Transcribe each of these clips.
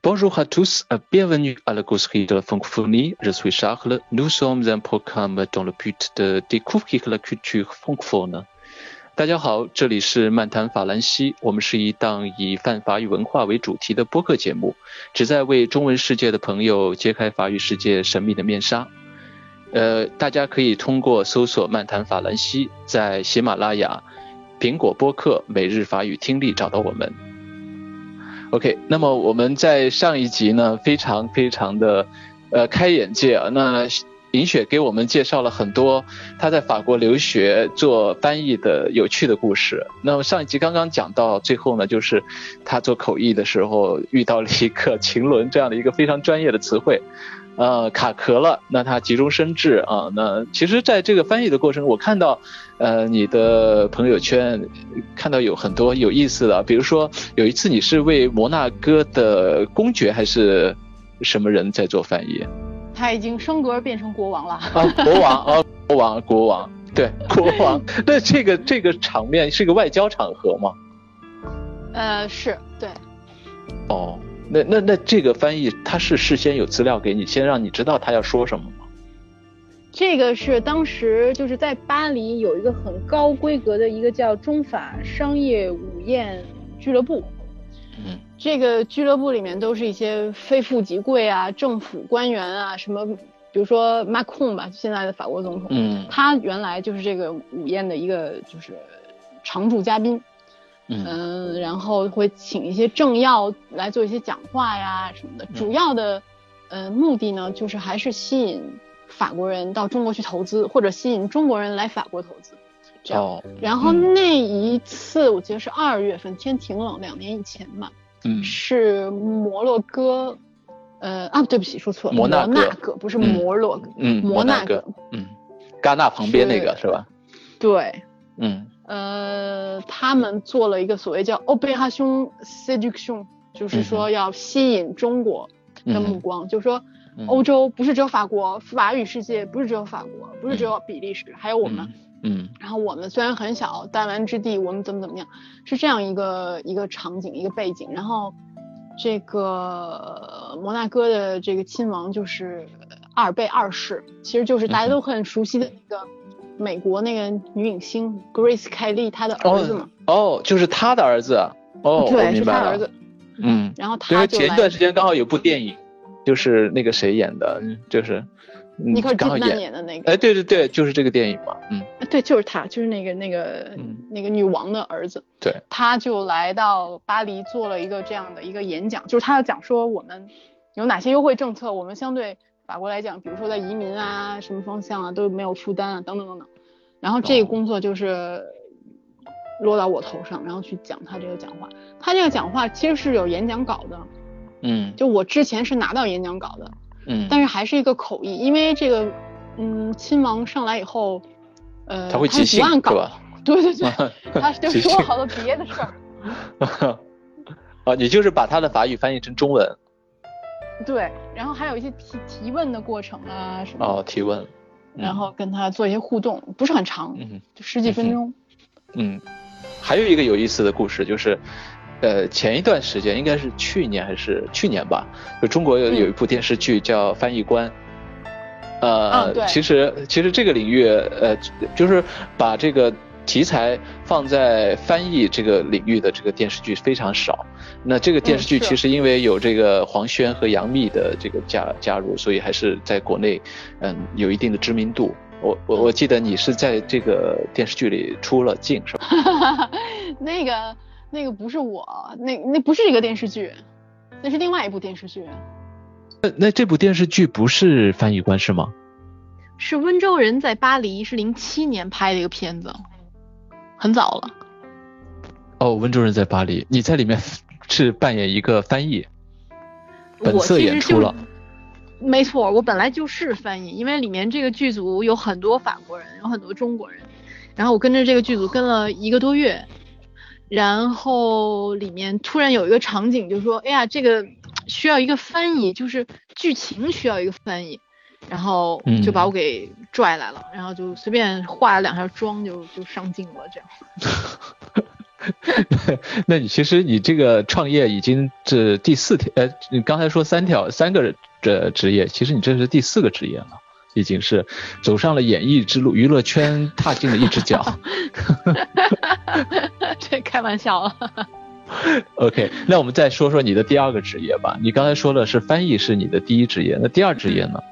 Bonjour à tous, bienvenue à la causerie de la francophonie. Je suis Charles. Nous sommes un programme dans le but de découvrir la culture francophone. 大家好，这里是漫谈法兰西，我们是一档以泛法语文化为主题的播客节目，旨在为中文世界的朋友揭开法语世界神秘的面纱。大家可以通过搜索漫谈法兰西，在喜马拉雅、苹果播客、每日法语听力找到我们。OK， 那么我们在上一集呢，非常的开眼界啊。那尹雪给我们介绍了很多他在法国留学做翻译的有趣的故事。那么上一集刚刚讲到最后呢，就是他做口译的时候遇到了一个情轮这样的一个非常专业的词汇，卡壳了，那他急中生智啊。那其实在这个翻译的过程，我看到你的朋友圈看到有很多有意思的，比如说有一次你是为摩纳哥的公爵还是什么人在做翻译？ 他已经升格变成国王了啊，国王，对，国王。那这个场面是个外交场合吗？ 是，对。 哦，那这个翻译他是事先有资料给你，先让你知道他要说什么吗？ 这个是当时就是在巴黎有一个很高规格的一个叫中法商业午宴俱乐部。这个俱乐部里面都是一些非富即贵啊，政府官员啊，什么比如说马克龙吧，现在的法国总统，他原来就是这个午宴的一个就是常驻嘉宾，然后会请一些政要来做一些讲话呀什么的，主要的目的呢就是还是吸引法国人到中国去投资，或者吸引中国人来法国投资。这样，然后那一次我记得是2月份，天挺冷，2年以前嘛，是摩洛哥，对不起，说错了，摩纳哥不是摩洛哥，摩纳哥， 戛纳旁边那个是吧？ 对，他们做了一个所谓叫 Opération Séduction， 就是说要吸引中国的目光，就是说欧洲不是只有法国，法语世界不是只有法国，不是只有比利时，还有我们。然后我们虽然很小，弹丸之地，我们怎么样，是这样一个场景，一个背景。然后这个摩纳哥的这个亲王就是阿尔贝二世，其实就是大家都很熟悉的那个美国那个女影星 Grace Kelly 她的儿子嘛。 就是他的儿子。 对，是他的儿子。然后他就前一段时间刚好有部电影，就是那个谁演的，就是尼克基德曼演的那个。 对，就是这个电影嘛。 对，就是他，就是那个女王的儿子。 对， 他就来到巴黎做了一个这样的一个演讲，就是他要讲说我们有哪些优惠政策，我们相对法国来讲，比如说在移民啊什么方向啊都没有负担啊等等等等。然后这个工作就是落到我头上，然后去讲他这个讲话。他这个讲话其实是有演讲稿的，就我之前是拿到演讲稿的，但是还是一个口译，因为这个亲王上来以后。 他会即兴是吧？ 对，他就说好了别的事儿。 你就是把他的法语翻译成中文。 对，然后还有一些提问的过程啊什么。 提问。 然后跟他做一些互动，不是很长，就10几分钟。 还有一个有意思的故事就是，前一段时间应该是去年吧，就中国有一部电视剧叫《翻译官》。其实这个领域就是把这个题材放在翻译这个领域的这个电视剧非常少。那这个电视剧其实因为有这个黄轩和杨幂的这个加入，所以还是在国内有一定的知名度。我记得你是在这个电视剧里出了镜是吧？ 那个不是我，那不是一个电视剧，那是另外一部电视剧。 那这部电视剧不是翻译官是吗？ 是温州人在巴黎，是07年拍的一个片子，很早了。 温州人在巴黎，你在里面是扮演一个翻译，本色演出了。 没错，我本来就是翻译，因为里面这个剧组有很多法国人，有很多中国人，然后我跟着这个剧组跟了1个多月，然后里面突然有一个场景，就说哎呀这个需要一个翻译，就是剧情需要一个翻译，然后就把我给拽来了，然后就随便化了2下妆就上镜了这样。 那你其实你这个创业已经是第4条，你刚才说3个职业，其实你这是第4个职业了，已经是走上了演艺之路，娱乐圈踏进了一只脚。 这开玩笑了。 OK， 那我们再说说你的第2个职业吧。你刚才说的是翻译是你的第1职业，那第2职业呢？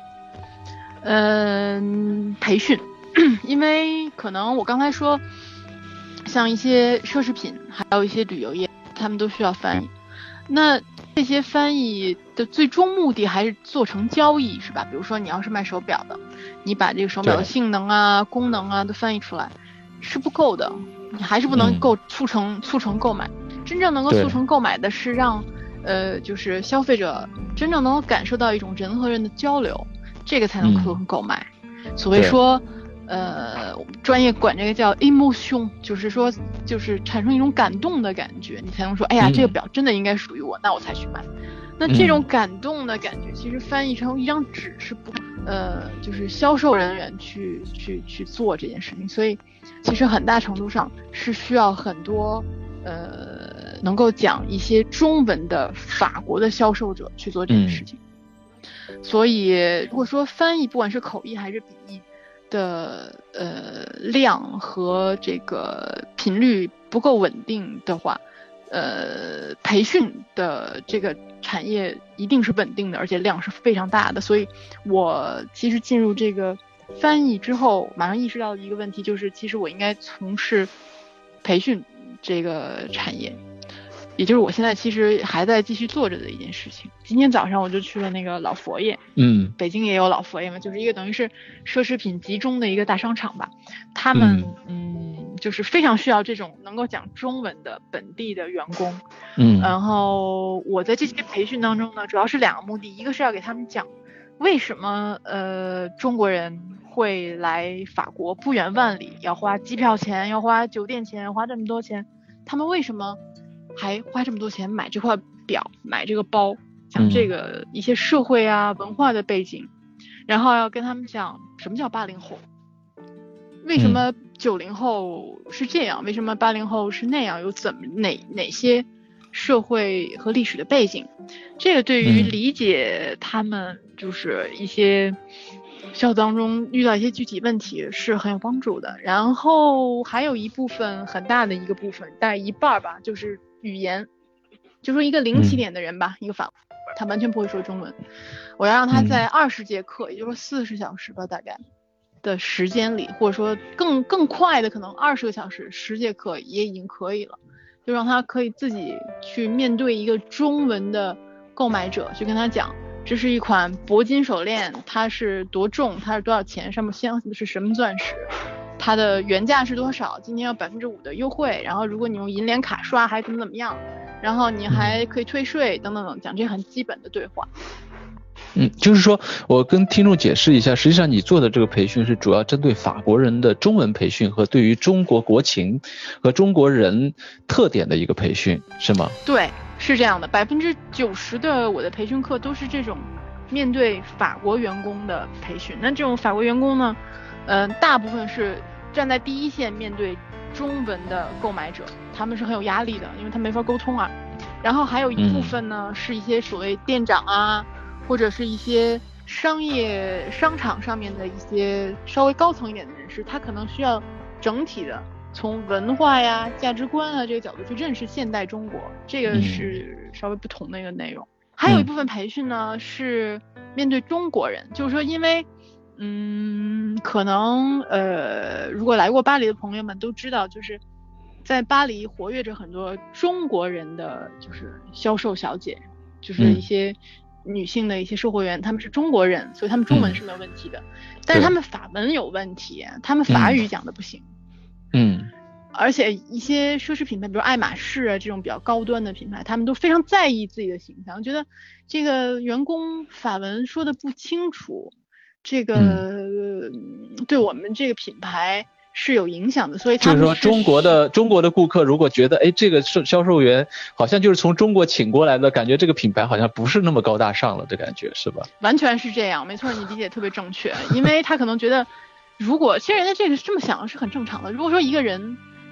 培训，因为可能我刚才说，像一些奢侈品，还有一些旅游业，他们都需要翻译。那这些翻译的最终目的还是做成交易，是吧？比如说你要是卖手表的，你把这个手表的性能啊、功能啊都翻译出来，是不够的，你还是不能够促成购买。真正能够促成购买的是让就是消费者真正能够感受到一种人和人的交流，这个才能促成购买。所谓说专业管这个叫 emotion， 就是说就是产生一种感动的感觉，你才能说哎呀这个表真的应该属于我，那我才去买。那这种感动的感觉其实翻译成一张纸是不就是销售人员去做这件事情，所以其实很大程度上是需要很多能够讲一些中文的法国的销售者去做这件事情。所以如果说翻译不管是口译还是笔译的量和这个频率不够稳定的话，培训的这个产业一定是稳定的，而且量是非常大的。所以我其实进入这个翻译之后，马上意识到一个问题，就是其实我应该从事培训这个产业，也就是我现在其实还在继续做着的一件事情。今天早上我就去了那个老佛爷，北京也有老佛爷嘛，就是一个等于是奢侈品集中的一个大商场吧。他们就是非常需要这种能够讲中文的本地的员工。然后我在这些培训当中呢，主要是2个目的，一个是要给他们讲为什么中国人会来法国不远万里，要花机票钱，要花酒店钱，花这么多钱，他们为什么还花这么多钱买这块表，买这个包，讲这个一些社会啊文化的背景，然后要跟他们讲什么叫80后，为什么90后是这样，为什么80后是那样，有哪些社会和历史的背景，这个对于理解他们就是一些销售当中遇到一些具体问题是很有帮助的。然后还有一部分很大的一个部分，大概一半吧，就是语言。就说一个0起点的人吧，一个法国他完全不会说中文，我要让他在20节课，也就是说40小时吧大概的时间里，或者说更快的可能20个小时10节课也已经可以了，就让他可以自己去面对一个中文的购买者，去跟他讲这是一款铂金手链，它是多重，它是多少钱，上面镶的是什么钻石，它的原价是多少，今天要5%的优惠，然后如果你用银联卡刷还怎么样，然后你还可以退税等等等，讲这很基本的对话。 就是说我跟听众解释一下，实际上你做的这个培训是主要针对法国人的中文培训和对于中国国情和中国人特点的一个培训，是吗？ 对，是这样的，90%的我的培训课都是这种面对法国员工的培训。那这种法国员工呢，大部分是站在第一线面对中文的购买者，他们是很有压力的，因为他没法沟通啊。然后还有一部分呢，是一些所谓店长啊，或者是一些商场上面的一些稍微高层一点的人士，他可能需要整体的从文化呀、价值观啊这个角度去认识现代中国，这个是稍微不同的一个内容。还有一部分培训呢是面对中国人，就是说因为可能如果来过巴黎的朋友们都知道，就是在巴黎活跃着很多中国人的就是销售小姐，就是一些女性的一些售货员，他们是中国人，所以他们中文是没有问题的，但是他们法文有问题，他们法语讲的不行。而且一些奢侈品牌，比如爱马仕啊这种比较高端的品牌，他们都非常在意自己的形象，觉得这个员工法文说的不清楚，这个对我们这个品牌是有影响的，所以他们就是说中国的顾客如果觉得这个销售员好像就是从中国请过来的，感觉这个品牌好像不是那么高大上了的感觉，是吧？ 完全是这样，没错，你理解特别正确。因为他可能觉得，如果其实人家这个这么想是很正常的。如果说一个人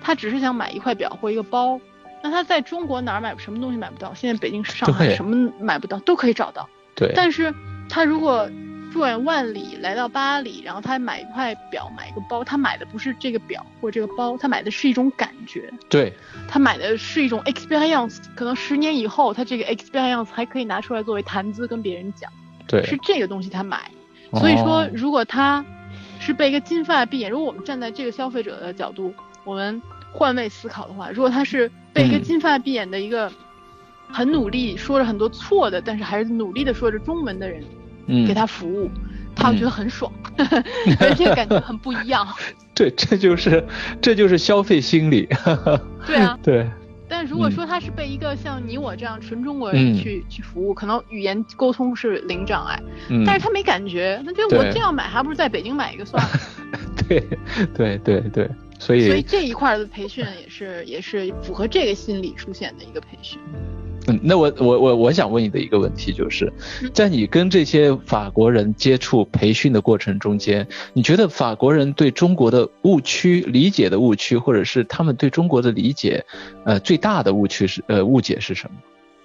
他只是想买一块表或一个包，那他在中国哪儿买什么东西买不到？现在北京、上海什么买不到都可以找到。 对。 但是他如果住远万里来到巴黎，然后他买一块表买一个包，他买的不是这个表或这个包，他买的是一种感觉。 对， 他买的是一种 experience， 可能10年以后他这个 experience 还可以拿出来作为谈资跟别人讲。 对， 是这个东西他买。所以说如果他是被一个金发碧眼，如果我们站在这个消费者的角度，我们换位思考的话，如果他是被一个金发碧眼的一个很努力说着很多错的，但是还是努力的说着中文的人给他服务，他会觉得很爽，而且感觉很不一样。 对，这就是消费心理。 对啊， 对。 但如果说他是被一个像你我这样纯中国人去服务，可能语言沟通是零障碍，但是他没感觉，那就我这样买还不如在北京买一个算了。对，所以这一块的培训也是符合这个心理出现的一个培训。 那我想问你的一个问题就是，在你跟这些法国人接触培训的过程中间，你觉得法国人对中国的理解的误区，或者是他们对中国的理解，最大的误解是什么？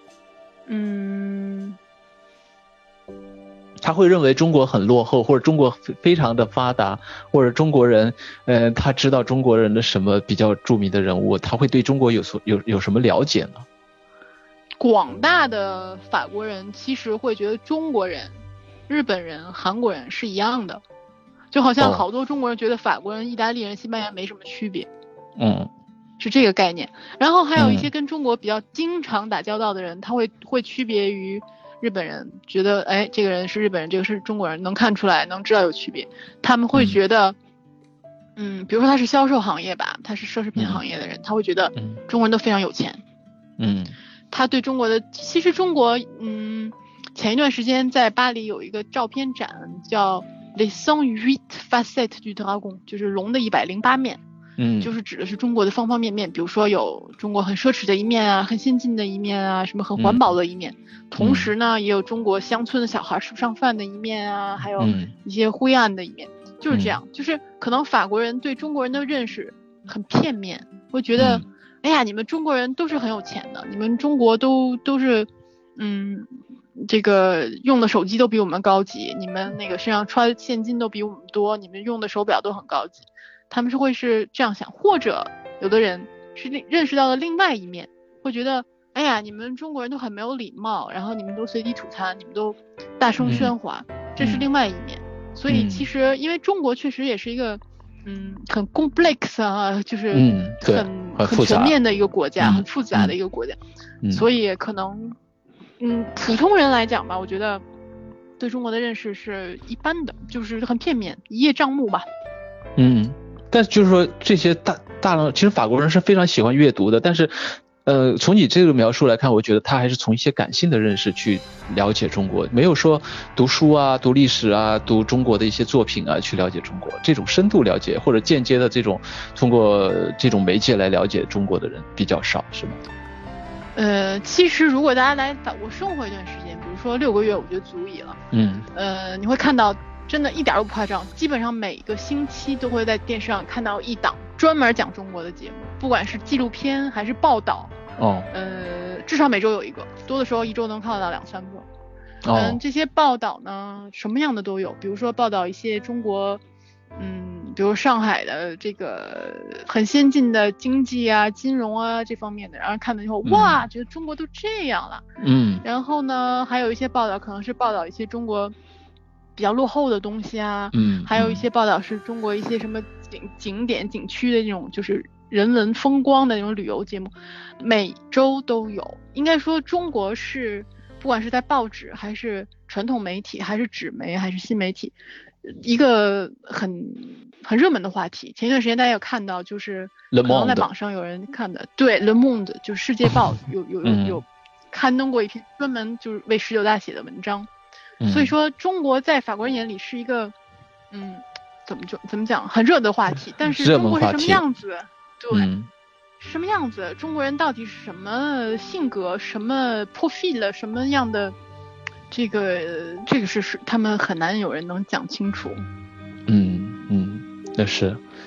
他会认为中国很落后，或者中国非常的发达，或者中国人，他知道中国人的什么比较著名的人物，他会对中国有什么了解呢？ 广大的法国人其实会觉得中国人、日本人、韩国人是一样的，就好像好多中国人觉得法国人、意大利人、西班牙没什么区别，是这个概念。然后还有一些跟中国比较经常打交道的人，他会区别于日本人，觉得这个人是日本人，这个是中国人，能看出来，能知道有区别。他们会觉得比如说他是销售行业吧，他是奢侈品行业的人，他会觉得中国人都非常有钱。他对中国的，其实中国前一段时间在巴黎有一个照片展叫 Les 108 facettes du dragon， 就是龙的108面，就是指的是中国的方方面面，比如说有中国很奢侈的一面啊，很先进的一面啊，什么很环保的一面，同时呢也有中国乡村的小孩吃不上饭的一面啊，还有一些灰暗的一面，就是这样。就是可能法国人对中国人的认识很片面，会觉得你们中国人都是很有钱的，你们中国都是这个用的手机都比我们高级，你们那个身上穿现金都比我们多，你们用的手表都很高级，他们会是这样想。或者有的人是认识到了另外一面，会觉得你们中国人都很没有礼貌，然后你们都随地吐痰，你们都大声喧哗，这是另外一面。所以其实因为中国确实也是一个很 complex 啊，就是很全面的一个国家，很复杂的一个国家，所以可能普通人来讲吧，我觉得对中国的认识是一般的，就是很片面，一叶障目吧。 但是就是说这些大量，其实法国人是非常喜欢阅读的，但是从你这个描述来看，我觉得他还是从一些感性的认识去了解中国，没有说读书啊、读历史啊、读中国的一些作品啊去了解中国，这种深度了解或者间接的这种通过这种媒介来了解中国的人比较少，是吗？ 其实如果大家来法国生活一段时间，比如说6个月，我觉得足矣了。你会看到真的一点都不夸张，基本上每个星期都会在电视上看到一档专门讲中国的节目，不管是纪录片还是报道。至少每周有一个，多的时候一周能看到2-3个。这些报道呢，什么样的都有，比如说报道一些中国，比如上海的这个很先进的经济啊、金融啊这方面的，然后看了以后，哇，觉得中国都这样了。然后呢，还有一些报道可能是报道一些中国比较落后的东西啊，还有一些报道是中国一些什么景点景区的这种就是人文风光的那种旅游节目，每周都有。应该说中国是不管是在报纸还是传统媒体还是纸媒还是新媒体，一个很热门的话题。前一段时间大家有看到，就是可能在网上有人看的，对 Le Monde 就是世界报有刊登过一篇专门就是为19大写的文章。所以说中国在法国人眼里是一个怎么讲很热的话题，但是中国是什么样子？对，什么样子？中国人到底是什么性格？什么 profile？ 什么样的？这个是他们很难有人能讲清楚。 那是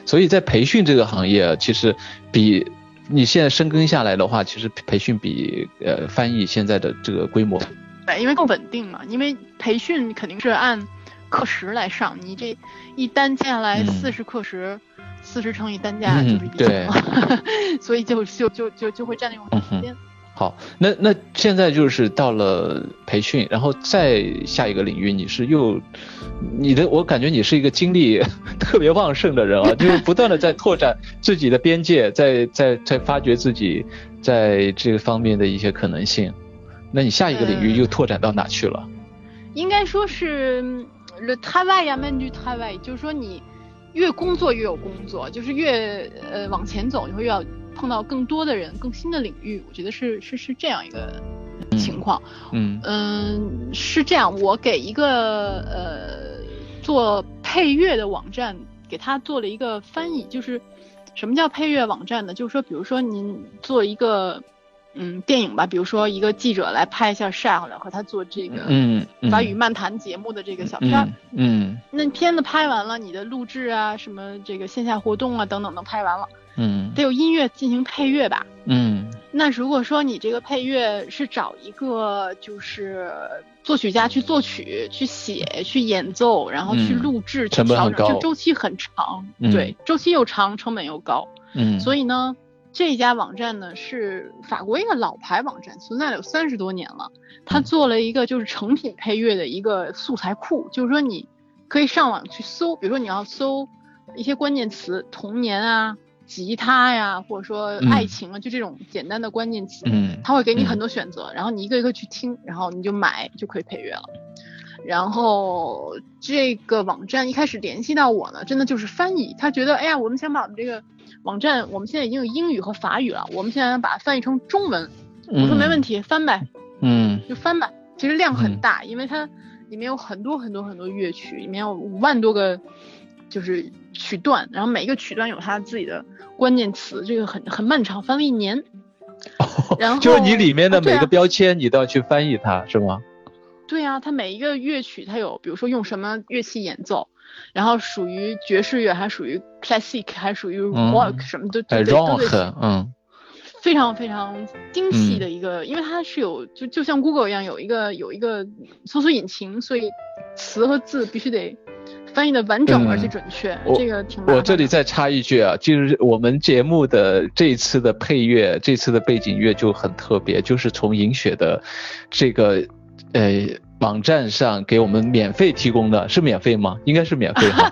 所以在培训这个行业，其实比你现在深耕下来的话，其实培训比翻译现在的这个规模， 对，因为更稳定嘛。因为培训肯定是按课时来上，你这一单接下来40课时，40乘以单价就是1 对， 所以就会占用时间。 好，那现在就是到了培训，然后再下一个领域，我感觉你是一个精力特别旺盛的人啊，就是不断的在拓展自己的边界，在发掘自己在这个方面的一些可能性。那你下一个领域又拓展到哪去了？ 应该说是 le travail amène du travail， 就是说你越工作越有工作，就是越往前走，你会越要碰到更多的人，更新的领域。我觉得是这样一个情况。是这样，我给一个做配乐的网站给他做了一个翻译。就是什么叫配乐网站呢？就是说比如说您做一个电影吧，比如说一个记者来拍一下Charles和他做这个法语漫谈节目的这个小片那片子拍完了，你的录制啊，什么这个线下活动啊等等都拍完了，得有音乐进行配乐吧。那如果说你这个配乐是找一个就是作曲家去作曲、去写、去演奏，然后去录制、去调整，这周期很长。对，周期又长，成本又高。所以呢，这家网站呢是法国一个老牌网站，存在了有30多年了。他做了一个就是成品配乐的一个素材库，就是说你可以上网去搜，比如说你要搜一些关键词，童年啊、吉他呀，或者说爱情啊，就这种简单的关键词，他会给你很多选择，然后你一个一个去听，然后你就买就可以配乐了。然后这个网站一开始联系到我呢，真的就是翻译，他觉得哎呀，我们想把我们这个网站，我们现在已经有英语和法语了，我们现在把它翻译成中文。我说没问题，翻呗，就翻吧。其实量很大，因为它里面有很多乐曲，里面有5万多个就是曲段，然后每一个曲段有它自己的关键词，这个很漫长，翻了1年。然后就是你里面的每个标签你都要去翻译它，是吗？ 对啊，它每一个乐曲它有比如说用什么乐器演奏，然后属于爵士乐还属于 classic 还属于 rock 什么都对，非常非常精细的一个，因为它是有就像 Google 一样有一个搜索引擎，所以词和字必须得翻译的完整而且准确，这个挺麻烦的。 我这里再插一句啊，就是我们节目的这一次的配乐，这次的背景乐就很特别，就是从银雪的这个网站上给我们免费提供的，是免费吗？应该是免费哈。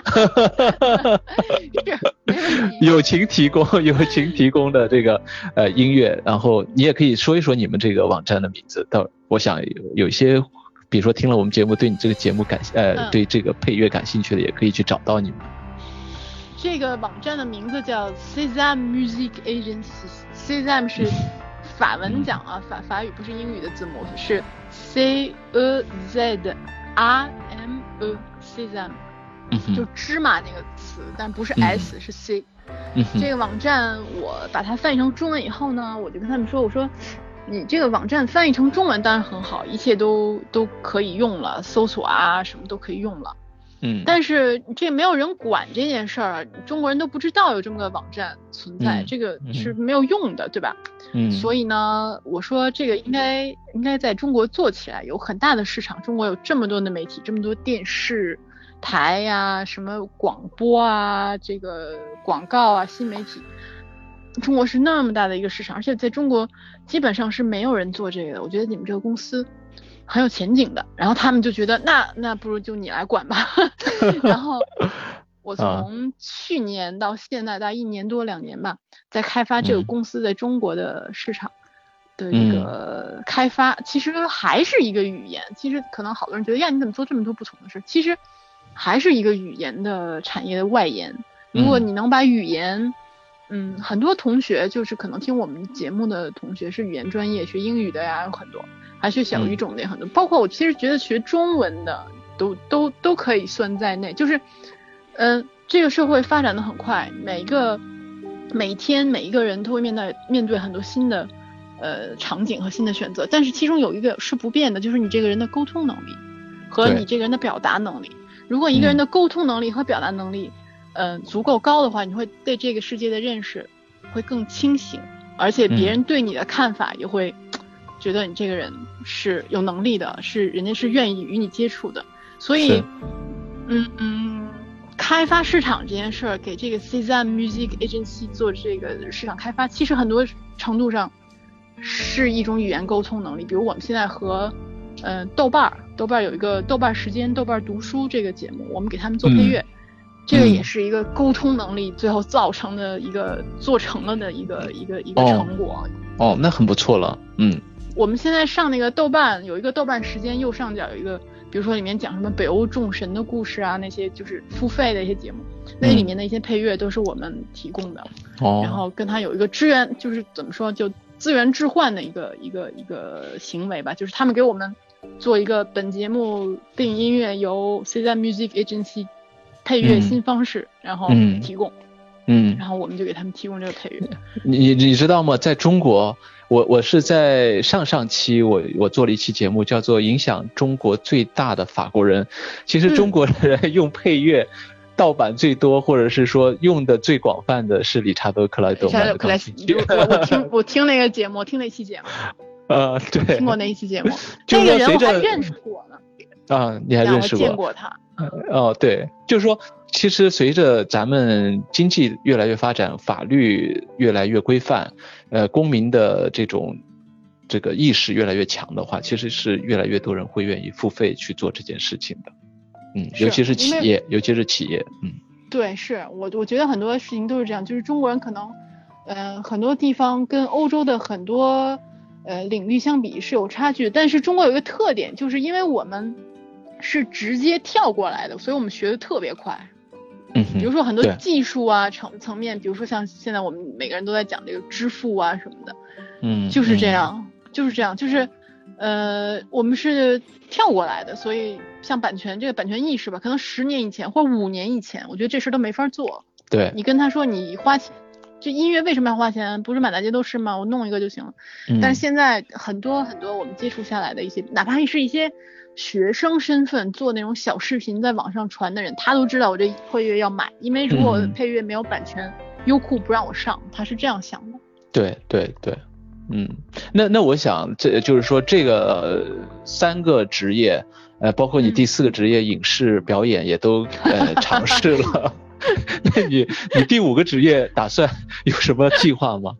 友情提供的这个音乐，然后你也可以说一说你们这个网站的名字。我想有一些比如说听了我们节目对你这个节目对这个配乐感兴趣的，也可以去找到你们。 这个网站的名字叫 Sesame Music Agency。Sesame 是法文讲啊，法语不是英语的字母，是 CEZAME Sesame，就芝麻那个词，但不是 S，是 C。这个网站我把它翻译成中文以后呢，我就跟他们说，我说你这个网站翻译成中文当然很好，一切都可以用了，搜索啊什么都可以用了。但是这没有人管这件事儿，中国人都不知道有这么个网站存在，这个是没有用的，对吧？所以呢，我说这个应该在中国做起来，有很大的市场。中国有这么多的媒体，这么多电视台呀，什么广播啊，这个广告啊，新媒体，中国是那么大的一个市场，而且在中国基本上是没有人做这个的。我觉得你们这个公司很有前景的，然后他们就觉得那不如就你来管吧。然后我从去年到现在大概1年多2年吧，在开发这个公司在中国的市场的一个开发。其实还是一个语言，其实可能好多人觉得呀，你怎么做这么多不同的事，其实还是一个语言的产业的外延。如果你能把语言很多同学就是可能听我们节目的同学是语言专业，学英语的呀有很多，还学小语种的也很多，包括我其实觉得学中文的都可以算在内。就是这个社会发展的很快，每天每一个人都会面对很多新的场景和新的选择，但是其中有一个是不变的，就是你这个人的沟通能力和你这个人的表达能力。如果一个人的沟通能力和表达能力足够高的话，你会对这个世界的认识会更清醒，而且别人对你的看法也会觉得你这个人是有能力的，是人家是愿意与你接触的。所以开发市场这件事儿，给这个 Sesame Music Agency 做这个市场开发，其实很多程度上是一种语言沟通能力。比如我们现在和豆瓣有一个豆瓣时间、豆瓣读书这个节目，我们给他们做配乐，这个也是一个沟通能力最后造成的一个做成了的一个成果。 哦，那很不错了。 我们现在上那个豆瓣有一个豆瓣时间右上角有一个，比如说里面讲什么北欧众神的故事啊，那些就是付费的一些节目，那里面的一些配乐都是我们提供的。然后跟他有一个支援，就是怎么说，就资源置换的一个行为吧，就是他们给我们做一个本节目背景音乐由 Sesame Music Agency 配乐新方式，然后提供。然后我们就给他们提供这个配乐。 你知道吗？在中国，我是在上期我做了一期节目，叫做影响中国最大的法国人。其实中国人用配乐盗版最多，或者是说用的最广泛的是理查德克莱德曼的钢琴曲。 我听那个节目，听那期节目。 对， 听过那一期节目。那个人我还认识过呢。 你还认识过？ 我见过他。 对，就是说其实随着咱们经济越来越发展，法律越来越规范，公民的这个意识越来越强的话，其实是越来越多人会愿意付费去做这件事情的。尤其是企业。 对，是我觉得很多事情都是这样，就是中国人可能很多地方跟欧洲的很多领域相比是有差距，但是中国有一个特点，就是因为我们是直接跳过来的，所以我们学的特别快。比如说很多技术啊层面，比如说像现在我们每个人都在讲这个支付啊什么的，就是这样，就是我们是跳过来的，所以像这个版权意识吧，可能10年以前或5年以前，我觉得这事都没法做。 对， 你跟他说你花钱，这音乐为什么要花钱？不是满大街都是吗？我弄一个就行了。但是现在很多我们接触下来的一些，哪怕是一些学生身份做那种小视频在网上传的人，他都知道我这配乐要买，因为如果我的配乐没有版权，优酷不让我上，他是这样想的。 对，那我想这就是说这个3个职业，包括你第4个职业影视表演也都尝试了。那你第5个职业打算有什么计划吗？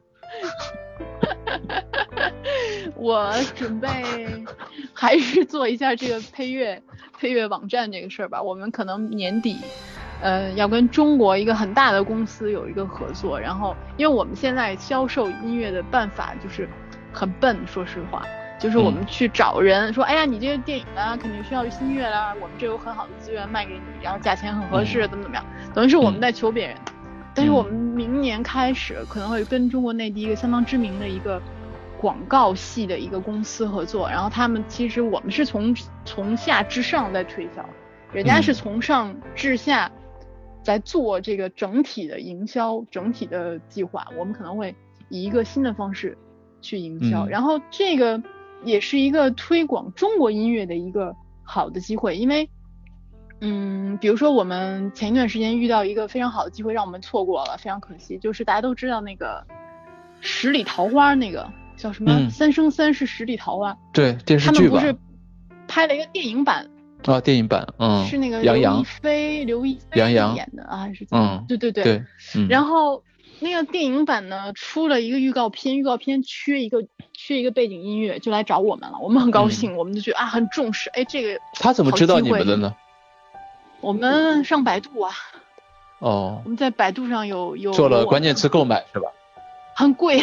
我准备还是做一下这个配乐网站这个事儿吧。我们可能年底要跟中国一个很大的公司有一个合作，然后因为我们现在销售音乐的办法就是很笨，说实话，就是我们去找人说，哎呀，你这个电影呢肯定需要新乐啦，我们这有很好的资源卖给你，然后价钱很合适，怎么样，等于是我们在求别人。但是我们明年开始可能会跟中国内地一个相当知名的一个广告系的一个公司合作，然后他们其实我们是从下至上在推销，人家是从上至下在做这个整体的营销、整体的计划，我们可能会以一个新的方式去营销，然后这个也是一个推广中国音乐的一个好的机会，因为比如说我们前一段时间遇到一个非常好的机会，让我们错过了，非常可惜，就是大家都知道那个十里桃花那个叫什么三生三世十里桃花， 对，电视剧吧， 他们不是拍了一个电影版电影版， 是那个杨刘亦菲演的啊，还是对，然后那个电影版呢出了一个预告片缺一个背景音乐，就来找我们了，我们很高兴，我们就觉得很重视，这个他怎么知道你们的呢？ 我们上百度啊。 我们在百度上有做了关键词购买是吧？ 很贵。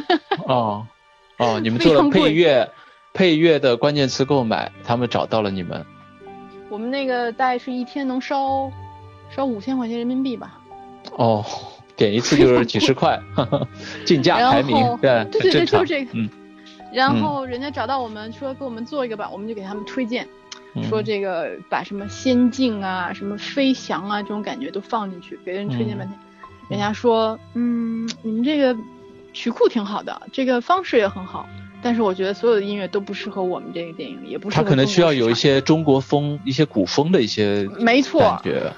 你们做了配乐的关键词购买，他们找到了你们。 我们那个大概是一天能烧5000块钱人民币吧。 点一次就是几十块，竞价排名，对， 就是这个。然后人家找到我们说给我们做一个吧，我们就给他们推荐，说这个把什么仙境啊、什么飞翔啊这种感觉都放进去，给人推荐半天。人家说，你们这个曲库挺好的，这个方式也很好，但是我觉得所有的音乐都不适合我们这个电影，也不适合。它可能需要有一些中国风、一些古风的一些感觉。没错。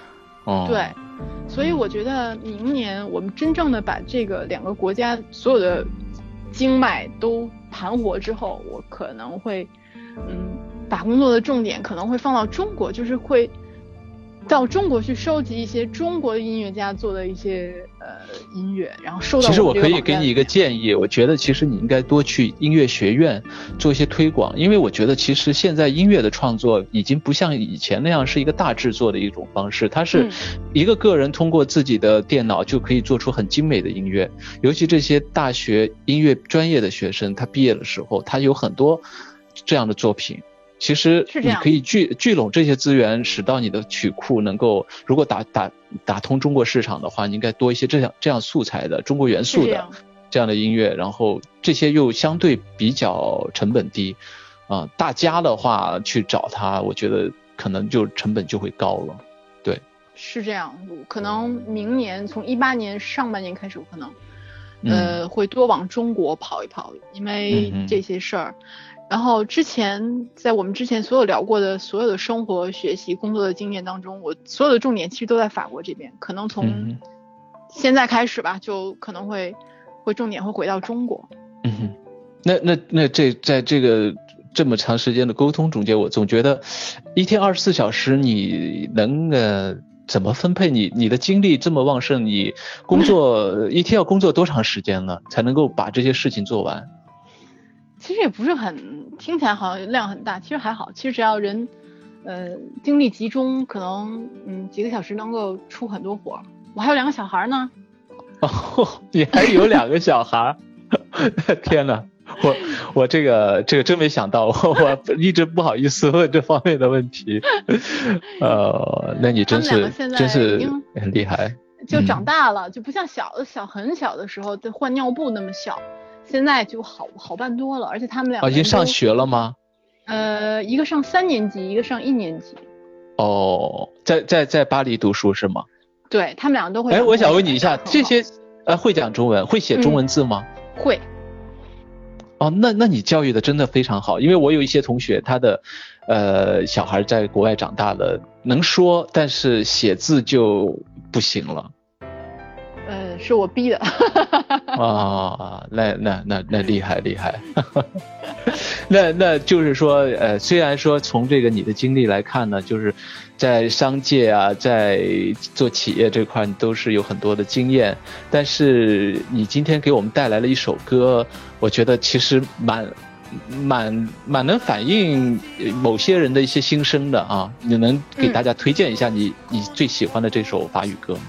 对，所以我觉得明年我们真正的把这个2个国家所有的经脉都盘活之后，我可能会把工作的重点可能会放到中国，就是会到中国去收集一些中国的音乐家做的一些音乐，然后收到。 其实我可以给你一个建议，我觉得其实你应该多去音乐学院做一些推广，因为我觉得其实现在音乐的创作已经不像以前那样是一个大制作的一种方式，它是一个个人通过自己的电脑就可以做出很精美的音乐，尤其这些大学音乐专业的学生，他毕业的时候他有很多这样的作品。其实你可以聚拢这些资源，使到你的曲库能够，如果打通中国市场的话，你应该多一些这样素材的中国元素的这样的音乐，然后这些又相对比较成本低，大家的话去找它，我觉得可能就成本就会高了。对， 是这样，可能明年从18年上半年开始，我可能会多往中国跑一跑，因为这些事儿。然后在我们之前所有聊过的所有的生活、学习、工作的经验当中，我所有的重点其实都在法国这边，可能从现在开始吧，就可能会重点会回到中国。 那在这个这么长时间的沟通中间，我总觉得一天24小时你能怎么分配你的精力这么旺盛？你工作一天要工作多长时间呢，才能够把这些事情做完？ 其实也不是听起来好像量很大，其实还好。其实只要人精力集中，可能几个小时能够出很多活。我还有2个小孩呢。 你还有2个小孩？天哪！我这个真没想到，我一直不好意思问这方面的问题。那你真是很厉害。 就长大了，就不像很小的时候在换尿布那么小。现在就好办多了，而且他们2个已经上学了吗？ 一个上3年级，一个上1年级。 在巴黎读书是吗？ 对，他们2个都会。 我想问你一下，这些会讲中文，会写中文字吗？ 会。 那你教育的真的非常好，因为我有一些同学，他的小孩在国外长大了，能说，但是写字就不行了。 是我逼的。 那厉害。那就是说虽然说从这个你的经历来看呢，就是在商界啊，在做企业这块你都是有很多的经验，但是你今天给我们带来了一首歌，我觉得其实蛮能反映某些人的一些心声的啊。你能给大家推荐一下你最喜欢的这首法语歌吗？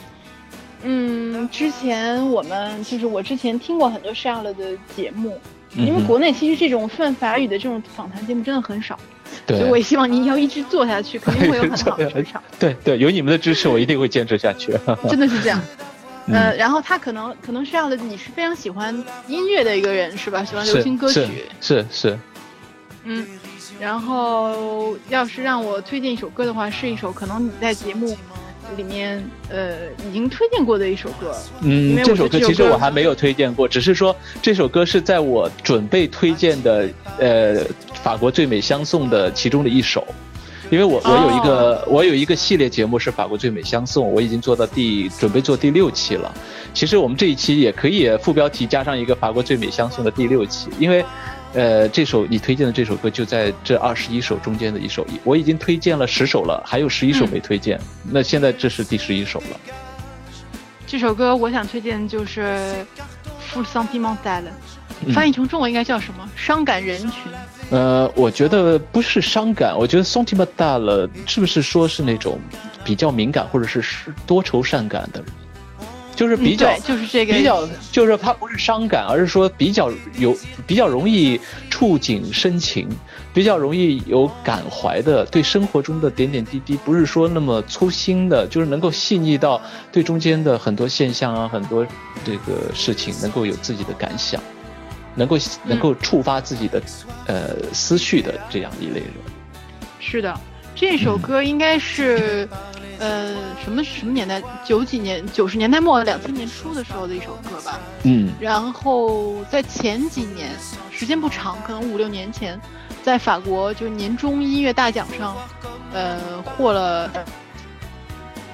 之前我之前听过很多这样的节目，因为国内其实这种泛法语的这种访谈节目真的很少，所以我也希望你要一直做下去，肯定会有很好的市场。 对，有你们的支持，我一定会坚持下去。 真的是这样。然后他可能是这样的，你是非常喜欢音乐的一个人是吧？喜欢流行歌曲。 是。 然后要是让我推荐一首歌的话，是一首可能你在节目里面已经推荐过的一首歌。 这首歌其实我还没有推荐过，只是说这首歌是在我准备推荐的法国最美相送的其中的一首。因为我有一个系列节目是法国最美相送，我已经做到准备做第6期了。其实我们这一期也可以副标题加上一个法国最美相送的第6期，因为这首你推荐的这首歌就在这21首中间的一首，我已经推荐了10首了，还有11首没推荐，那现在这是第11首了。 这首歌我想推荐就是《Foule Sentimentale》，翻译成中文应该叫什么？伤感人群。 我觉得不是伤感，我觉得 sentimental 是不是说是那种比较敏感或者是多愁善感的人，就是比较、 就是这个比较，就是它不是伤感，而是说比较容易触景生情，比较容易有感怀的，对生活中的点点滴滴不是说那么粗心的，就是能够细腻到对中间的很多现象啊，很多这个事情能够有自己的感想，能够触发自己的思绪的这样一类人。 是的，这首歌应该是什么年代？90年代末2000年初的时候的一首歌吧。然后在前几年，时间不长，可能5-6年前，在法国就是年终音乐大奖上获了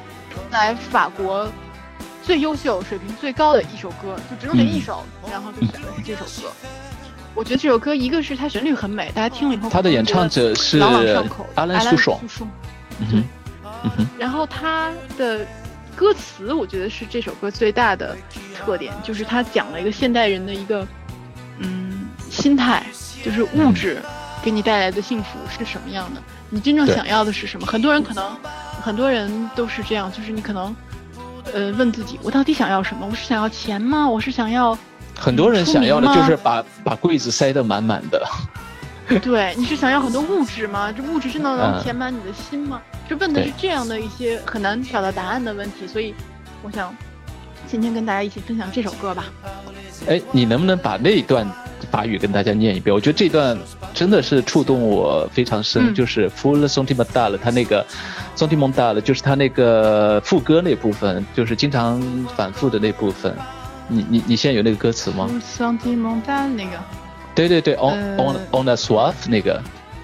来法国最优秀、水平最高的一首歌，就只能选一首，然后就选的是这首歌。我觉得这首歌一个是它旋律很美，大家听了以后， 它的演唱者是朗朗上口， 阿兰·苏爽。 然后它的歌词，我觉得是这首歌最大的特点，就是它讲了一个现代人的一个心态，就是物质给你带来的幸福是什么样的，你真正想要的是什么。很多人都是这样，就是你可能问自己，我到底想要什么？我是想要钱吗？我是想要很多人想要的就是把柜子塞得满满的。 对，你是想要很多物质吗？这物质真的能填满你的心吗？就问的是这样的一些很难找到答案的问题，所以我想今天跟大家一起分享这首歌吧。 哎，你能不能把那一段法语跟大家念一遍？我觉得这段真的是触动我非常深，就是 Full Sentimental， 他那个 Sentimental 就是他那个副歌那部分，就是经常反复的那部分。你现在有那个歌词吗 ？Full Sentimental 那个。 对 on a soif 那个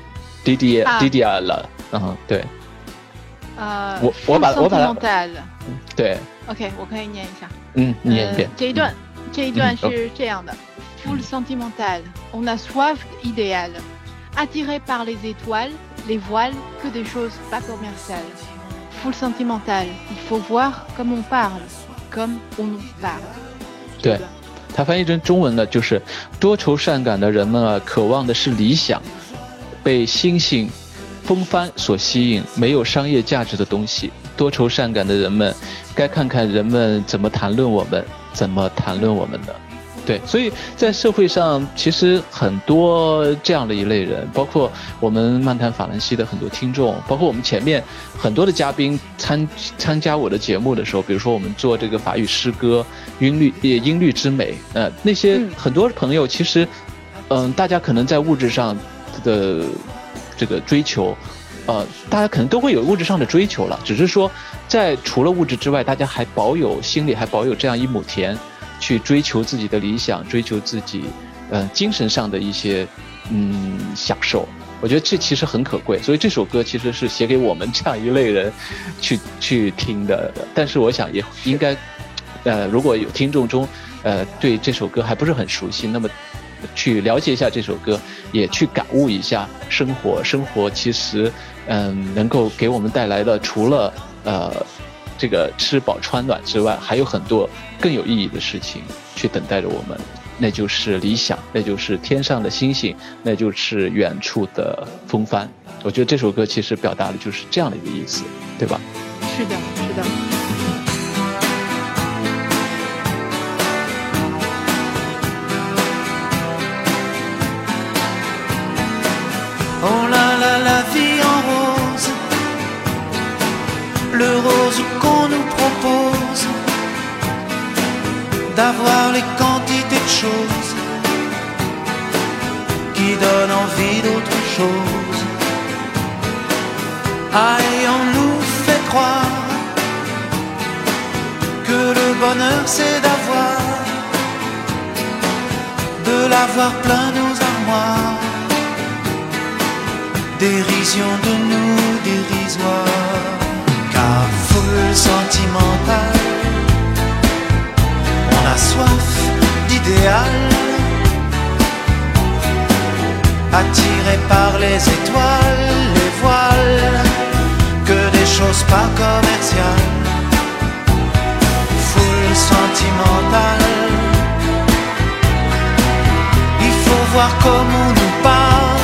Didier 了，对。我把它对 OK 我可以念一下， 你念一遍。 这一段是这样的：Full sentimental, on a soif idéal, attiré par les étoiles, les voiles, que des choses pas commerciales. Full sentimental, il faut voir comme on parle, comme on parle. 对，它翻译成中文呢，就是多愁善感的人们啊，渴望的是理想，被星星风帆所吸引，没有商业价值的东西。多愁善感的人们，该看看人们怎么谈论我们，怎么谈论我们的。对，所以在社会上其实很多这样的一类人，包括我们漫谈法兰西的很多听众，包括我们前面很多的嘉宾参加我的节目的时候，比如说我们做这个法语诗歌音律之美，那些很多朋友其实大家可能在物质上的这个追求大家可能都会有物质上的追求了，只是说在除了物质之外，大家还心里还保有这样一亩田，去追求自己的理想，追求自己精神上的一些享受。我觉得这其实很可贵，所以这首歌其实是写给我们这样一类人去听的。但是我想也应该如果有听众中对这首歌还不是很熟悉，那么去了解一下这首歌，也去感悟一下生活其实能够给我们带来的除了这个吃饱穿暖之外，还有很多更有意义的事情去等待着我们，那就是理想，那就是天上的星星，那就是远处的风帆。我觉得这首歌其实表达的就是这样的一个意思，对吧？ 是的，是的。 Oh là là, la vie en rose, le rose qu'on nous propose, d'avoir les quantités de choses qui donnent envie d'autre chose. Ah, et on nous fait croire que le bonheur c'est de l'avoir plein nos armoires. Dérision de nous dérisoire, car foule sentimentale, on a soif d'idéal, attiré par les étoiles, les voiles, que des choses pas commerciales. Foule sentimentale, il faut voir comment on nous parle,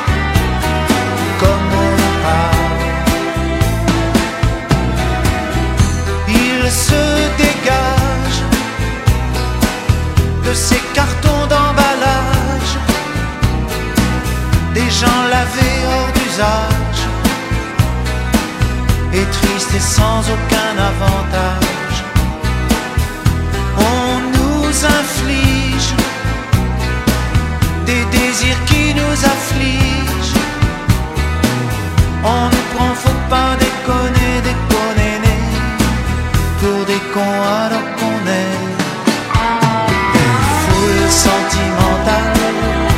comme on nous parle. Il se dégage de ces cartons d'emballage, des gens lavés hors d'usage, et tristes et sans aucun avantage. On nous inflige des désirs qui nous affligent. On nous prend, faut pas déconner, déconner, pour des cons alors qu'on est une foule sentimentale,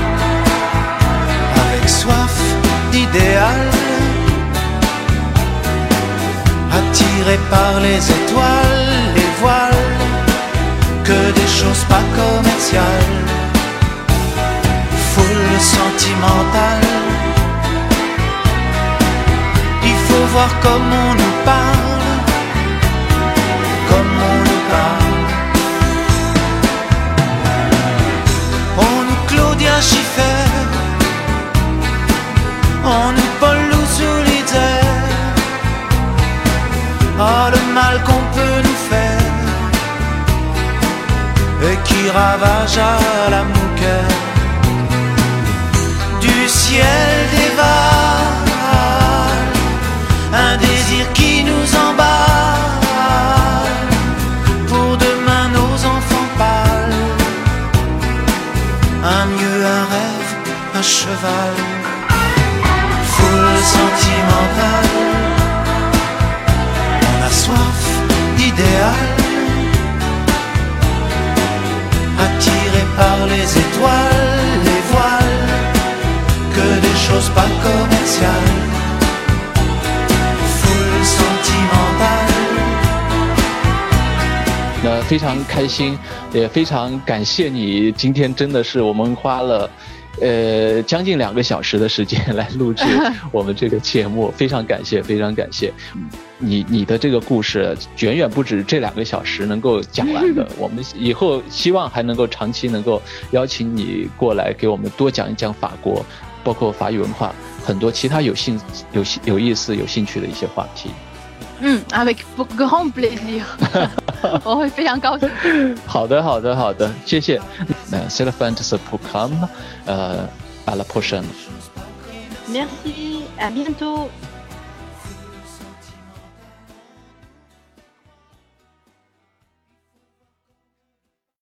avec soif d'idéal, attiré attirés par les étoiles, les voiles, que des choses pas commerciales, foule sentimentale. Il faut voir comme on nous parle, comme on nous parle. On nous Claudia Schiffer, on nous Paul Solitaire. Oh, le mal qu'on peut nous faire et qui ravage à la mouquette du ciel dévale, un désir qui nous emballe, pour demain nos enfants pâles, un mieux, un rêve, un cheval, foule sentimentale. On a soif d'idéal, attiré par les étoiles, les voiles, que des choses pas commerciales, foule sentimentale。 那非常开心，也非常感谢你，今天真的是我们花了将近2个小时的时间来录制我们这个节目，非常感谢，非常感谢。你的这个故事远远不止这2个小时能够讲完的，我们以后希望还能够长期能够邀请你过来给我们多讲一讲法国，包括法语文化很多其他有意思有兴趣的一些话题。 avec grand plaisir 我会非常高兴。 好的好的好的，谢谢。C'est la fin de ce programme, à la prochaine. Merci, à bientôt.